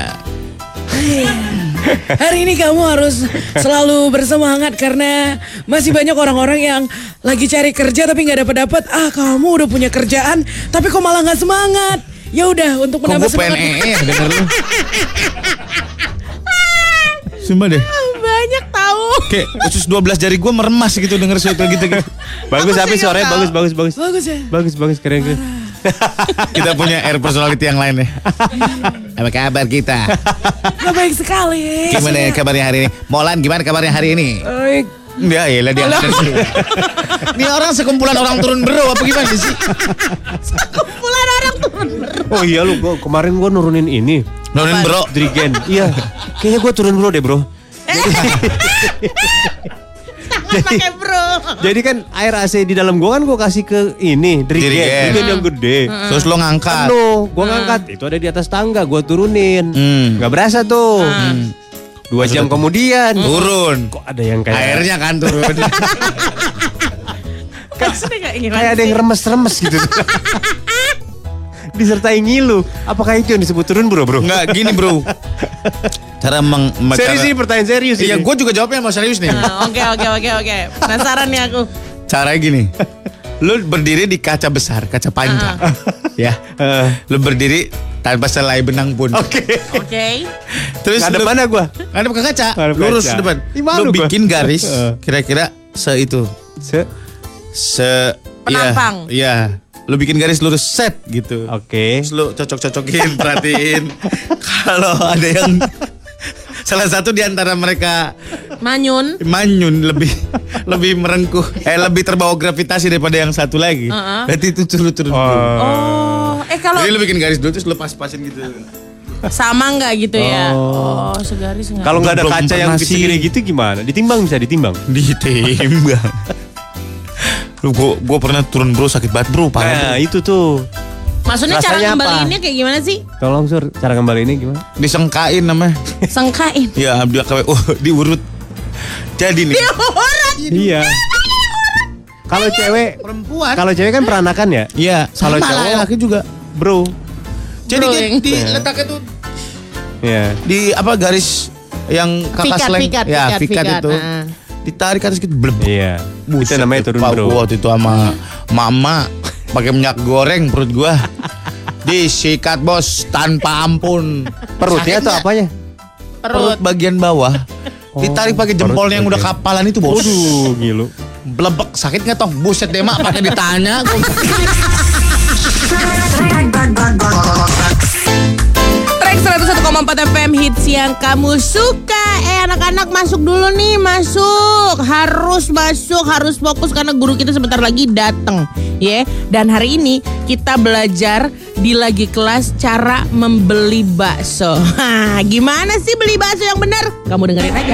Hari ini kamu harus selalu bersemangat karena masih banyak orang-orang yang lagi cari kerja tapi nggak dapat dapat. Ah, kamu udah punya kerjaan tapi kok malah nggak semangat. Ya udah untuk Kok menambah gue pengen semangat. ee denger lu. Sumpah deh. Banyak tahu. Kayak usus dua belas jari gue meremas gitu denger suara gitu gitu. Bagus Aku tapi sih suaranya nggak bagus bagus bagus. Bagus ya. Bagus bagus keren keren. Kita punya air personality yang lain nih. Apa kabar kita? Nah, baik sekali. Gimana kabarnya hari ini? Molan gimana kabarnya hari ini? Baik. Ya iyalah dia. Ini orang sekumpulan orang turun bro apa gimana sih? Kumpulan orang turun. Oh iya lu gua, kemarin gua nurunin ini. Nurunin bro. Drigen. Iya. Kayaknya gua turun bro deh bro. Jangan pakai bro. Jadi kan air A C di dalam gua kan gua kasih ke ini Drigen. Drigen. Drigen yang gede. Terus lo ngangkat. Penuh, gua ngangkat. Itu ada di atas tangga, gua turunin. Hmm. Gak berasa tuh. Dua jam kemudian Turun. kok ada yang kayak Airnya kan turun. Maksudnya kayak gimana kayak ada yang sih? remes-remes gitu. Disertai ngilu. Apakah itu yang disebut turun bro bro? Enggak gini bro. Cara meng... Serius cara- ini pertanyaan serius Iya ini. gue juga jawabnya mau serius nih. Nah, Oke oke oke oke. Penasaran nih aku. Caranya gini. Lu berdiri di kaca besar, kaca panjang. Ya. Lu berdiri tanpa selai benang pun. Oke. Oke. Terus Ngadep lu- mana gua? Ngadep ke kaca. Ngadep Lurus kaca. depan. Ih, malu Lu gua. bikin garis Heeh. kira-kira se itu. Se- Se Penampang. Iya. Ya. Lu bikin garis lurus set gitu. Oke. Terus lu cocok-cocokin, perhatiin. Kalau ada yang salah satu di antara mereka Manyun. manyun lebih lebih merengkuh, eh lebih terbawa gravitasi daripada yang satu lagi. Uh-uh. Berarti itu turun-turun. Oh, eh kalau Jadi lu bikin garis dulu terus lu pas-pasin gitu. sama nggak gitu ya? Oh, segaris nggak? Kalau nggak ada Belum kaca yang pernah sih. segini gitu gimana? Ditimbang bisa ditimbang. Ditimbang. Lu gua, gua pernah turun bro sakit banget bro, parah. Nah itu tuh. Maksudnya cara Rasanya apa? ngembaliinnya kayak gimana sih? Tolong sur, cara kembali ini gimana? Disengkain namanya. Sengkain. Ya dia kayak oh diurut. Jadi nih. Iya. Kalau cewek, Perempuan. kalau cewek kan peranakan ya. Iya, Kalau sama cowok- lah laki juga. Bro. Jadi Bro, dia yang- di letaknya tuh Iya. di apa garis yang kakak Pikat, sleng. pikat, ya, pikat, pikat pikat. itu. Ah. Ditarik atas gitu bleb. Iya. Itu namanya turun Pak, bro. gua waktu itu sama mama pakai minyak goreng perut gua. Disikat bos tanpa ampun. Perutnya Sakit atau nggak? apanya? Perut bagian bawah. Ditarik pakai jempolnya yang udah bagian. kapalan itu bos. Waduh, ngilu. Blebek sakit nggak tong? Buset deh mak pakai ditanya. Gua- Track seratus satu koma empat F M hits yang kamu suka. Eh anak-anak masuk dulu nih, masuk. Harus masuk, harus fokus karena guru kita sebentar lagi datang, ya. Dan hari ini kita belajar di lagi kelas cara membeli bakso. Hah, gimana sih beli bakso yang benar? Kamu dengerin aja.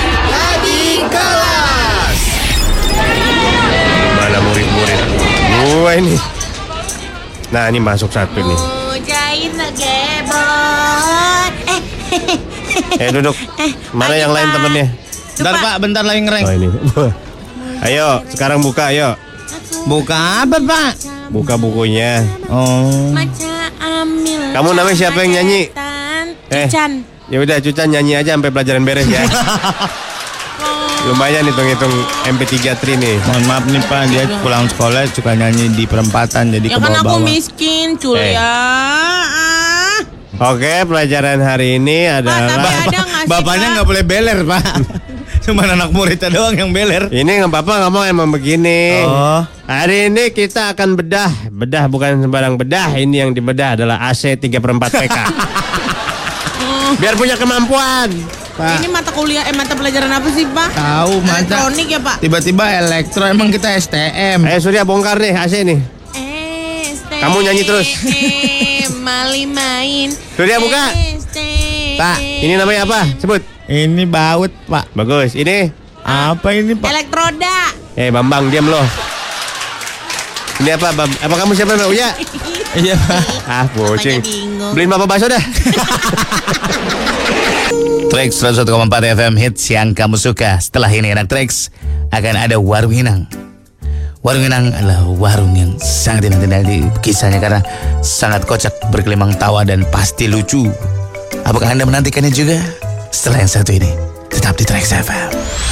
Mana murid-murid? Gua ini. Nah ini masuk satu nih. Mujain gebot. Eh, Eh duduk. Mana ayo, yang lain Pak. temennya? Bentar pak, bentar lagi ngereng. Oh ini. Ayo sekarang buka ayo. Buka apa pak? Buka bukunya. Oh. Kamu namanya siapa yang nyanyi? Eh. Cucan. Ya udah Cucan nyanyi aja sampai pelajaran beres ya. Lumayan hitung-hitung M P tiga tri nih. Mohon maaf nih pak, dia pulang sekolah suka nyanyi di perempatan jadi Ya ke kan aku bawah-bawah. miskin, Cul Eh. ya. Ah. Oke pelajaran hari ini Pak, tapi adalah. ada nggak sih, Bapaknya Pak? nggak boleh beler pak. Cuma anak muridnya doang yang beler. Ini nggak apa-apa ngomong emang begini. Oh. Hari ini kita akan bedah. Bedah bukan sembarang bedah. Ini yang dibedah adalah A C tiga per empat P K. Biar punya kemampuan. Pak. Ini mata kuliah, eh mata pelajaran apa sih Pak? Tahu mata. Elektronik ya Pak? Tiba-tiba elektro emang kita S T M. Ayo Surya bongkar nih A C nih. Kamu nyanyi terus. Mali main. Surya buka. Pak, Ini namanya apa? Sebut. Ini baut pak. Bagus. Ini. Apa ini pak? Elektroda. Eh Bambang diam loh. Ini apa? Bam? Apa kamu siapa Mbak Uya? Iya pak. Ah, bocing. Banyak bingung. Beliin bapak bakso dah. Trax seratus satu koma empat F M, hits yang kamu suka. Setelah ini anak Trax akan ada Warung Inang. Warung Inang adalah warung yang sangat dinanti-nanti kisahnya karena sangat kocak, bergelimang tawa dan pasti lucu. Apakah Anda menantikannya juga? Setelah yang satu ini, tetap di Trax F M.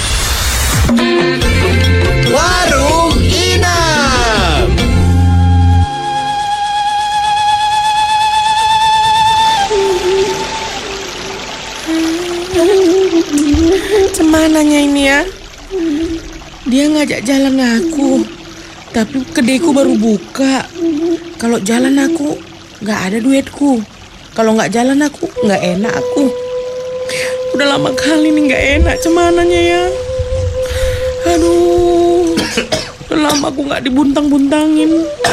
Warung Inang. Cemananya ini ya. Dia ngajak jalan aku, tapi kedaiku baru buka. Kalau jalan aku nggak ada duitku. Kalau nggak jalan aku nggak enak aku. Udah lama kali nih nggak enak cemananya ya. Aduh, udah lama aku nggak dibuntang-buntangin.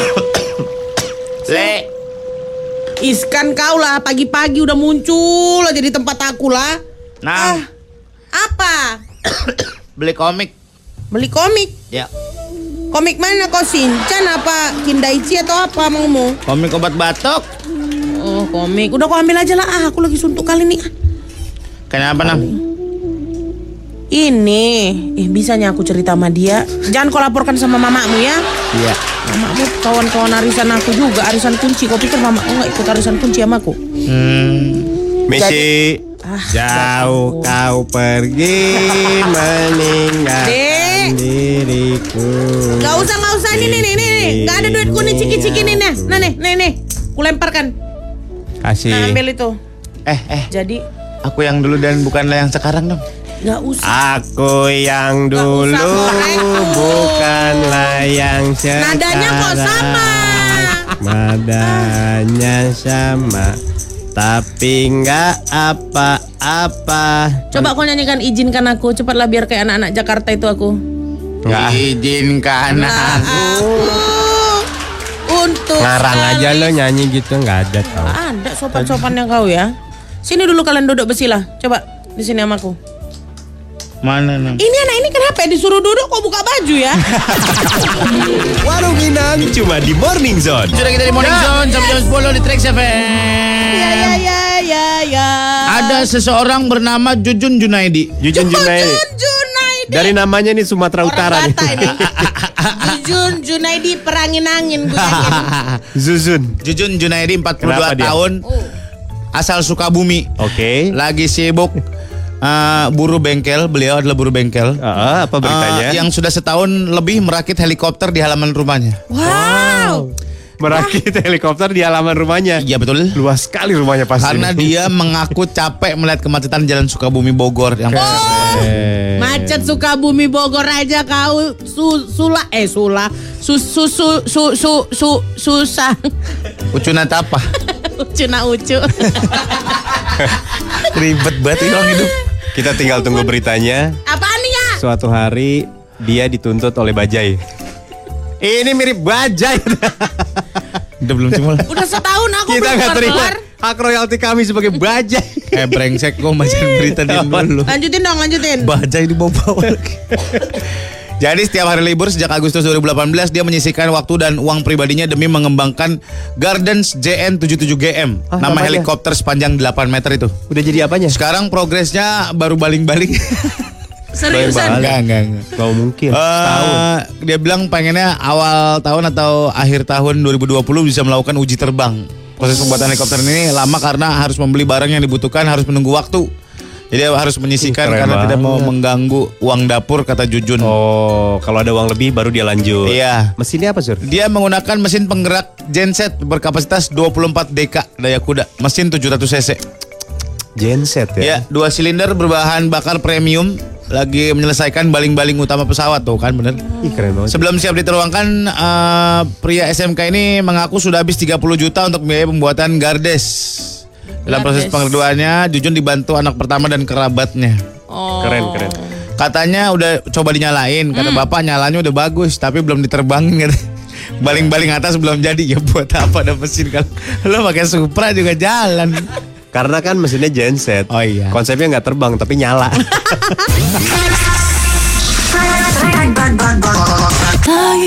Le, Iskan kau lah, pagi-pagi udah muncul aja di tempat aku lah. nah, Ah, apa? beli komik. Beli komik? Ya, Komik mana kau, Shinchan apa Kindaichi atau apa maumu? komik obat batuk. Oh, komik. Udah kau ambil aja lah. Ah, aku lagi suntuk kali nih. Kenapa, Nam? Ini, eh bisanya aku cerita sama dia. Jangan kau laporkan sama mamamu ya. Iya. Mamamu kawan-kawan arisan aku juga, arisan kunci. Kau pikir mamaku nggak ikut arisan kunci sama aku? Hmm. Misi Ah, jauh kau pergi meninggalkan Dek. diriku. Gak usah, gak usah. Nih, nih, nih, nih. Gak ada duitku nih, ciki-ciki nih. Nah, nah, nih, nih, nih. Kulemparkan. Kasih. Nah, ambil itu. Eh, eh, Jadi, aku yang dulu dan bukanlah yang sekarang, dong. gak usah. Aku yang Nggak dulu usah, Pak. bukanlah yang sekarang. Nadanya kok sama. Nadanya sama, tapi nggak apa-apa. Coba kau nyanyikan Izinkan Aku. Cepatlah biar kayak anak-anak Jakarta itu aku. Nggak. Izinkan aku. Untuk Ngarang sekali- aja lo nyanyi gitu, nggak ada tau. Ada sopan-sopannya kau ya. Sini dulu kalian duduk besilah. Coba di sini sama aku. Mana, Nam? Ini anak ini kenapa ya disuruh duduk kok buka baju ya? Warung Inang cuma di Morning Zone. Sudah kita di Morning Zone sampai jam sepuluh di Trax F M. Ya ya ya ya ya. Ada seseorang bernama Jujun Junaidi. Jujun Junaidi. Jujun Junaidi. Dari namanya nih Sumatera Orang Utara nih. Batak ini. Jujun Junaidi perangin angin gue yakin. Zuzun. Jujun Junaidi empat puluh dua Kenapa dia? tahun. Oh. Asal Sukabumi. Oke. Lagi sibuk uh, buruh bengkel. Beliau adalah buruh bengkel. Ah, apa beritanya? Uh, yang sudah setahun lebih merakit helikopter di halaman rumahnya. Wow. Merakit helikopter di halaman rumahnya. Iya betul. Luas sekali rumahnya pasti. Karena dia mengaku capek melihat kemacetan jalan Sukabumi Bogor yang Eh. Macet Sukabumi Bogor aja kau su, sula eh sula su su su su su, su susah. Ucuna tapa. Ucu na ucu. Ribet banget orang hidup. Kita tinggal tunggu beritanya. Apaan nih ya? Suatu hari dia dituntut oleh Bajai. Ini mirip Bajai. Udah belum cimol. Udah setahun aku Kita belum nggak terima keluar. hak royalti kami sebagai Bajai. Eh brengsek gue macam berita dia dulu. Lanjutin dong, lanjutin. Bajai dibawa lagi. Jadi setiap hari libur sejak Agustus dua ribu delapan belas dia menyisihkan waktu dan uang pribadinya demi mengembangkan Gardens J N tujuh puluh tujuh G M. Ah, Nama namanya? helikopter sepanjang delapan meter itu. Udah jadi apanya? Sekarang progresnya baru baling-baling. Seriusan? Enggak, enggak, enggak. Gak mungkin. Setahun. Eh, dia bilang pengennya awal tahun atau akhir tahun dua ribu dua puluh bisa melakukan uji terbang. Proses pembuatan helikopter ini lama karena harus membeli barang yang dibutuhkan, harus menunggu waktu. Jadi harus menyisihkan Keren karena tidak mau banget. mengganggu uang dapur, kata Jujun. Oh, kalau ada uang lebih baru dia lanjut. Iya. Mesinnya apa, Sur? Dia menggunakan mesin penggerak genset berkapasitas dua puluh empat D K daya kuda, mesin tujuh ratus cc. Genset ya. Ya, dua silinder berbahan bakar premium, lagi menyelesaikan baling-baling utama pesawat tuh kan bener. Ih, keren banget. Sebelum siap diterbangkan, eh, pria S M K ini mengaku sudah habis tiga puluh juta untuk biaya pembuatan gardes. Dalam proses Gardes. pengerduannya, Jujun dibantu anak pertama dan kerabatnya. Oh. Keren, keren. Katanya udah coba dinyalain, kata bapak nyalanya udah bagus, tapi belum diterbangin. Kata. Baling-baling atas belum jadi, ya buat apa ada mesin kalau lo pakai Supra juga jalan. Karena kan mesinnya genset. Oh iya. Konsepnya nggak terbang tapi nyala. Track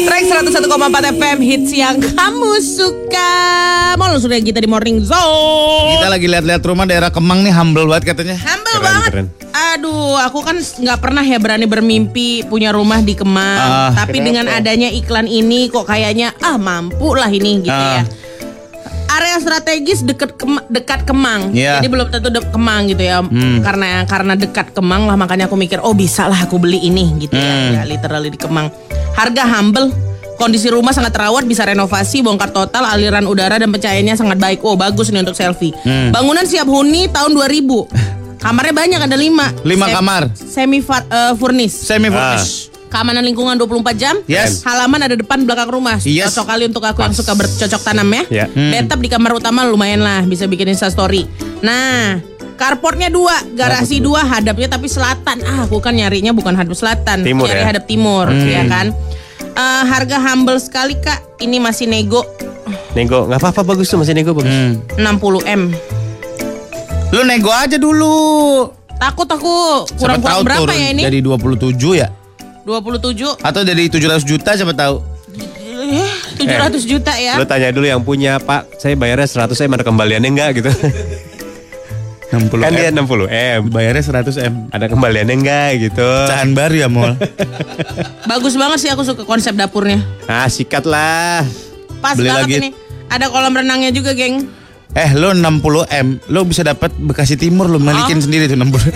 seratus satu koma empat F M hits yang kamu suka. Mau sudah kita di Morning Zone. Kita lagi lihat-lihat rumah daerah Kemang nih, humble banget katanya. Humble Keren, banget. keren. Aduh, aku kan nggak pernah ya berani bermimpi punya rumah di Kemang. Ah, Tapi dengan adanya iklan ini kok kayaknya ah mampu lah ini gitu Ah. ya. Area strategis dekat Kema- dekat Kemang, Iya. jadi belum tentu de- Kemang gitu ya. Hmm. Karena karena dekat Kemang lah makanya aku mikir oh bisa lah aku beli ini gitu Hmm. ya. Ya literally di Kemang. Harga humble, kondisi rumah sangat terawat, bisa renovasi, bongkar total, aliran udara dan pencahayaannya sangat baik. Oh bagus nih untuk selfie. Hmm. Bangunan siap huni tahun dua ribu. Kamarnya banyak, ada lima. Lima Sem- kamar. Semi fa- eh, furnish. Semi furnish. Keamanan lingkungan dua puluh empat jam. Yes. Halaman ada depan belakang rumah. Yes. Cocok kali untuk aku yang suka bercocok tanam ya. Ya. Hmm. Bathtub di kamar utama lumayan lah, bisa bikin Insta story. Nah, carportnya dua, garasi dua, hadapnya tapi selatan. Ah, aku kan nyarinya bukan hadap selatan, Timur nyari ya? hadap timur, Hmm. ya kan. Eh, harga humble sekali Kak. Ini masih nego Nego, nggak apa-apa, bagus tuh, masih nego bagus. Hmm. enam puluh M. Lu nego aja dulu. Takut aku Siapa kurang-kurang tahu berapa turun ya ini? Jadi dua puluh tujuh ya? dua puluh tujuh, Atau jadi tujuh ratus juta siapa tahu? tujuh ratus juta ya. Lu tanya dulu yang punya, Pak, saya bayarnya seratus M, ada kembaliannya enggak gitu. enam puluh Kan dia M. enam puluh M, Bayarnya seratus M. ada kembaliannya enggak gitu. Cahan baru ya, Mol. Bagus banget sih, aku suka konsep dapurnya. Ah, sikat lah. Pas Beli banget lagi. ini. Ada kolam renangnya juga, geng. Eh, lo enam puluh M, lo bisa dapat Bekasi Timur, lo milikin sendiri tuh enam puluh.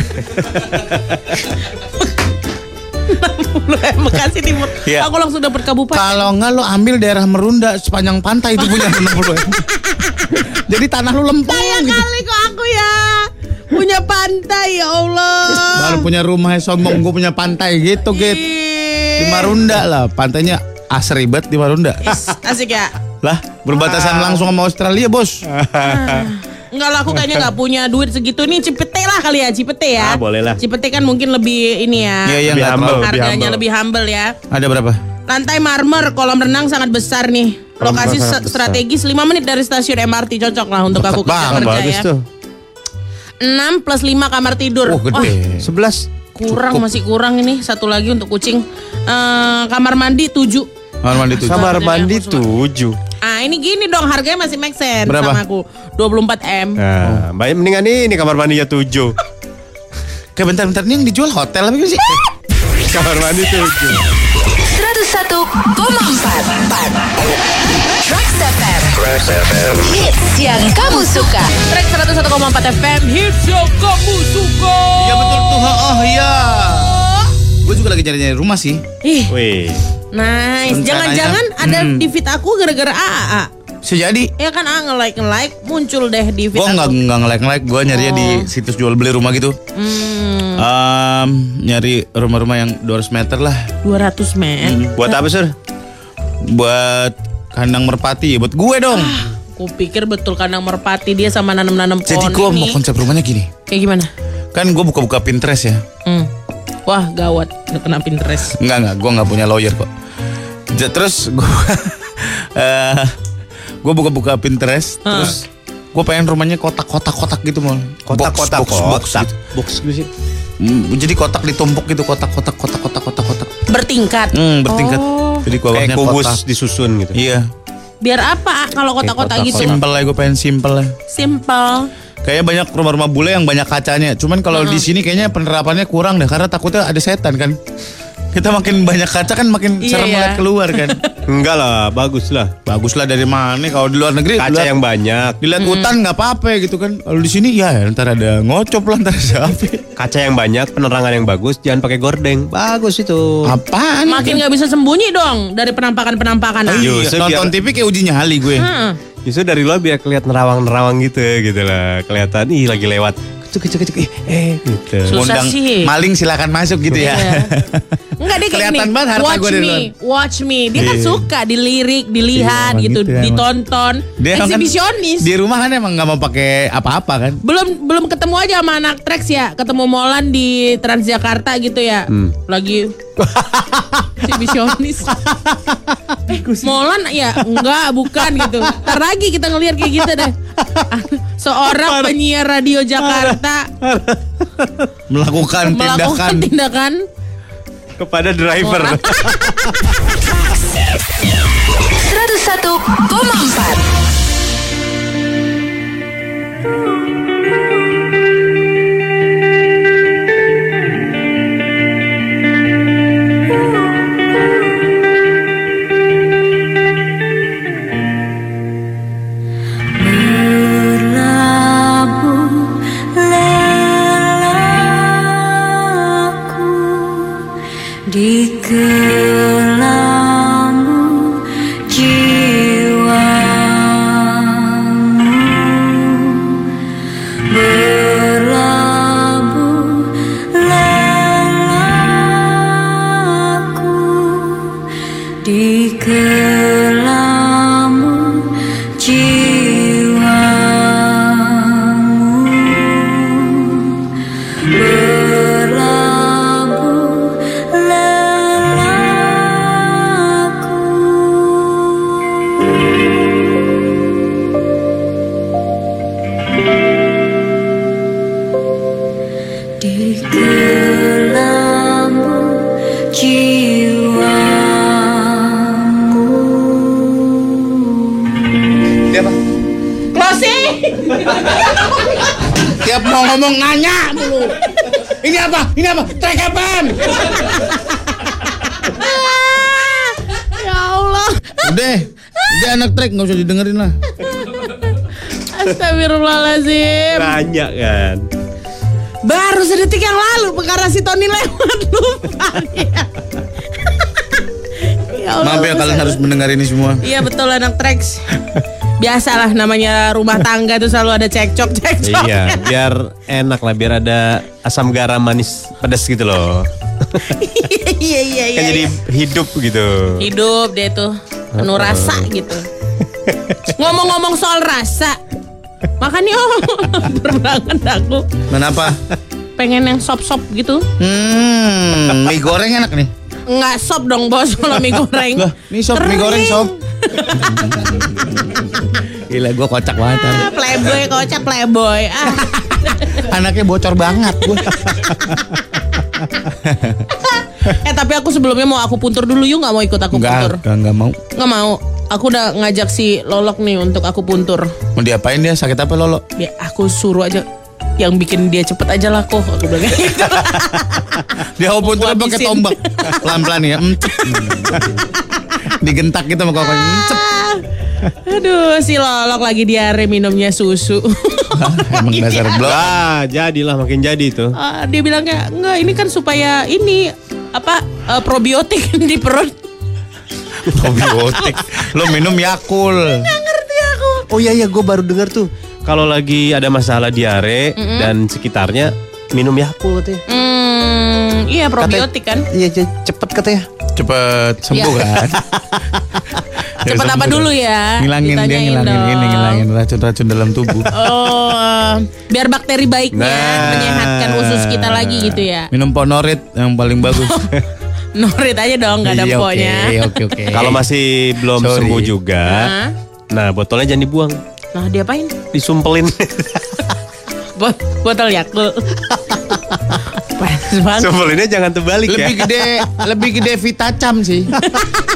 Bekasi Timur. Iya. Aku langsung dapat kabupaten. Kalau enggak lo ambil daerah Merunda sepanjang pantai itu punya enam puluh M. Jadi tanah lo lempeng Kaya gitu. kali kok aku ya. Punya pantai, ya Allah. Baru punya rumah sombong, gue punya pantai gitu, gitu. Di Ih. Marunda lah, pantainya asribet di Marunda. Is, asik ya. Lah, berbatasan langsung sama Australia, Bos. Enggak lah, aku kayaknya nggak punya duit segitu nih. Cipete lah kali ya, Cipete ya. Ah, boleh lah. Cipete kan mungkin lebih ini ya. Iya, iya, Lebih nggak humble. terlalu. lebih Harganya humble. lebih humble ya. Ada berapa? Lantai marmer, kolam renang sangat besar nih. Kolam Lokasi renang se- sangat besar. strategis lima menit dari stasiun M R T, cocok lah untuk aku kerja banget, kerja Bagus ya. tuh. enam plus lima kamar tidur. Oh, gede. sebelas. kurang masih kurang ini. Satu lagi untuk kucing. Eh, kamar mandi tujuh. Kamar mandi tuh. Kamar Jadi mandi aku suka. tujuh. Ah ini gini dong, harganya masih make sense Berapa? sama aku. dua puluh empat M. Nah, baik mendingan ini kamar mandinya tujuh. Kayak bentar-bentar ini yang dijual hotel apa sih? Kamar mandi tujuh. seratus satu koma empat Trax F M. Trax F M. Hits yang kamu suka. Track seratus satu koma empat F M hits yang kamu suka. Iya betul tuh. Oh iya. Gue juga lagi nyari-nyari rumah sih. Ih, Wih. nice. Rencananya- Jangan-jangan ada Hmm. di feed aku gara-gara A A. Bisa jadi. Ya kan A nge-like nge-like muncul deh di feed Gue aku. nggak nggak nge-like nge-like. Gue nyarinya di Oh. situs jual beli rumah gitu. Hmm, Em, nyari rumah-rumah yang dua ratus meter lah. dua ratus men. Buat apa, Sur? Buat kandang merpati. Buat gue dong. Aku pikir betul kandang merpati dia sama nanam-nanam pohon Jadi gue ini. mau konsep rumahnya gini. Kayak gimana? Kan gue buka-buka Pinterest ya. Hmm. Wah gawat, udah kena Pinterest. Enggak enggak, gue nggak punya lawyer kok. J- Terus gue, eh, gue buka-buka Pinterest. Ah. Terus gue pengen rumahnya kotak-kotak-kotak gitu mal. Kotak-kotak, box, box, box, kotak. gitu. Box gitu sih. Mm, Jadi kotak ditumpuk gitu, kotak-kotak, kotak-kotak, kotak-kotak. Bertingkat. Hmm, bertingkat. Oh. Jadi gue Kayak bawahnya kubus kotak. disusun gitu. Iya. Biar apa A, kalau kotak-kotak Kayak gitu? Simple lah, gue pengen simple lah. Simple. Kayaknya banyak rumah-rumah bule yang banyak kacanya. Cuman kalau di sini kayaknya penerapannya kurang deh, karena takutnya ada setan kan. Kita makin banyak kaca kan makin Iya, serem iya. ngeliat keluar kan. Enggak lah, bagus lah. Bagus lah dari mana? Kalau di luar negeri Kaca dilihat- yang banyak. dilihat hutan nggak apa-apa gitu kan. Kalau di sini ya ntar ada ngocop lah, ntar ada apa? Kaca yang banyak, penerangan yang bagus, jangan pakai gordeng. Bagus itu. Apaan? Makin nggak bisa sembunyi dong dari penampakan-penampakan. A. Iya, Justru nonton biar- T V kayak uji nyali gue. Heeh. Justru dari luar biar kelihatan nerawang-nerawang gitu, gitu lah. Kelihatan, ih lagi lewat. Kecuk, kecuk, kecuk, eh, eh, gitu. Susah Undang sih. maling silakan masuk gitu ya. Iya. Enggak deh kayak Kelihatan gini. banget harta Watch gue dari me, luar. watch me. Dia kan Iya. suka dilirik, dilihat Iya, gitu, gitu emang. ditonton. Dia emang kan Eksibisionis. di rumah kan emang nggak mau pakai apa-apa kan. Belum belum ketemu aja sama anak Trax ya, ketemu Molan di Transjakarta gitu ya. Hmm. Lagi eksibisionis. Eh, Molan ya enggak, bukan gitu. Ntar lagi kita ngelihat kayak gitu deh. Seorang penyiar radio Jakarta Melakukan melakukan tindakan tindakan Kepada driver. Orang. Trax seratus satu koma empat. Di kelambu jiwamu berlabuh lelaku di kelambu jiwamu berlabuh di kelambu jiwamu. Dia apa? Closing. Tiap mau ngomong nanya mulu. Ini apa? Ini apa? Track apaan? Ya Allah. Udah, udah anak track nggak usah didengerin lah. Astagfirullahaladzim. Nanya kan. Baru sedetik yang lalu perkara si Tony lewat lupa dia. Ya Allah, Maaf ya kalian harus mendengar ini semua. Iya betul anak Trax. Biasalah namanya rumah tangga tuh selalu ada cekcok-cekcok. Iya, biar enak lah, biar ada asam garam manis pedas gitu loh. Iya iya iya. Kan jadi hidup gitu. Hidup dia tuh penuh rasa gitu. Ngomong-ngomong soal rasa, makanya berbangun aku. Kenapa? Pengen yang sop-sop gitu. Hmm, mie goreng enak nih. Enggak sop dong bos kalau mie goreng. Lah, ini sop mie goreng sop. Gila gue kocak banget. Ah, playboy kocak playboy. Ah. Anaknya bocor banget gue. Eh tapi aku sebelumnya mau aku puntur dulu, yuk nggak mau ikut aku puntur? Enggak, enggak mau. Nggak mau. Aku udah ngajak si Lolok nih untuk aku puntur. Mau diapain dia? Sakit apa Lolo? Ya aku suruh aja. Yang bikin dia cepet aja lah kok. Aku bilang gitu. Dia mau puntur pakai tombak. Pelan-pelan ya. Digentak gitu sama kokoknya. Encep. Aduh, si Lolok lagi diare minumnya susu. Emang dasar blok. Ah, jadilah makin jadi itu. Uh, dia bilangnya enggak, ini kan supaya ini apa uh, probiotik di perut. Probiotik. Lo minum Yakult. Nggak ngerti aku. Oh iya iya, gue baru dengar tuh. Kalau lagi ada masalah diare mm-hmm. dan sekitarnya minum Yakult katanya. Hmm, iya probiotik kan. Iya cepet katanya. Cepet sembuh ya. kan. Cepet apa dulu ya? Ngilangin dia Ditanyain ngilangin dong. ini ngilangin racun-racun dalam tubuh. Oh, uh, biar bakteri baiknya Nah. menyehatkan usus kita lagi gitu ya. Minum Ponorit yang paling bagus. Norit aja dong, gak ada Iya, ponya. Oke oke oke. Kalau masih belum Sorry. sembuh juga, Nah. nah botolnya jangan dibuang, Nah, diapain? disumpelin. Bot botol Yakult. Panas banget. Sumpelinnya jangan terbalik ya. Lebih gede lebih gede Vitacam sih.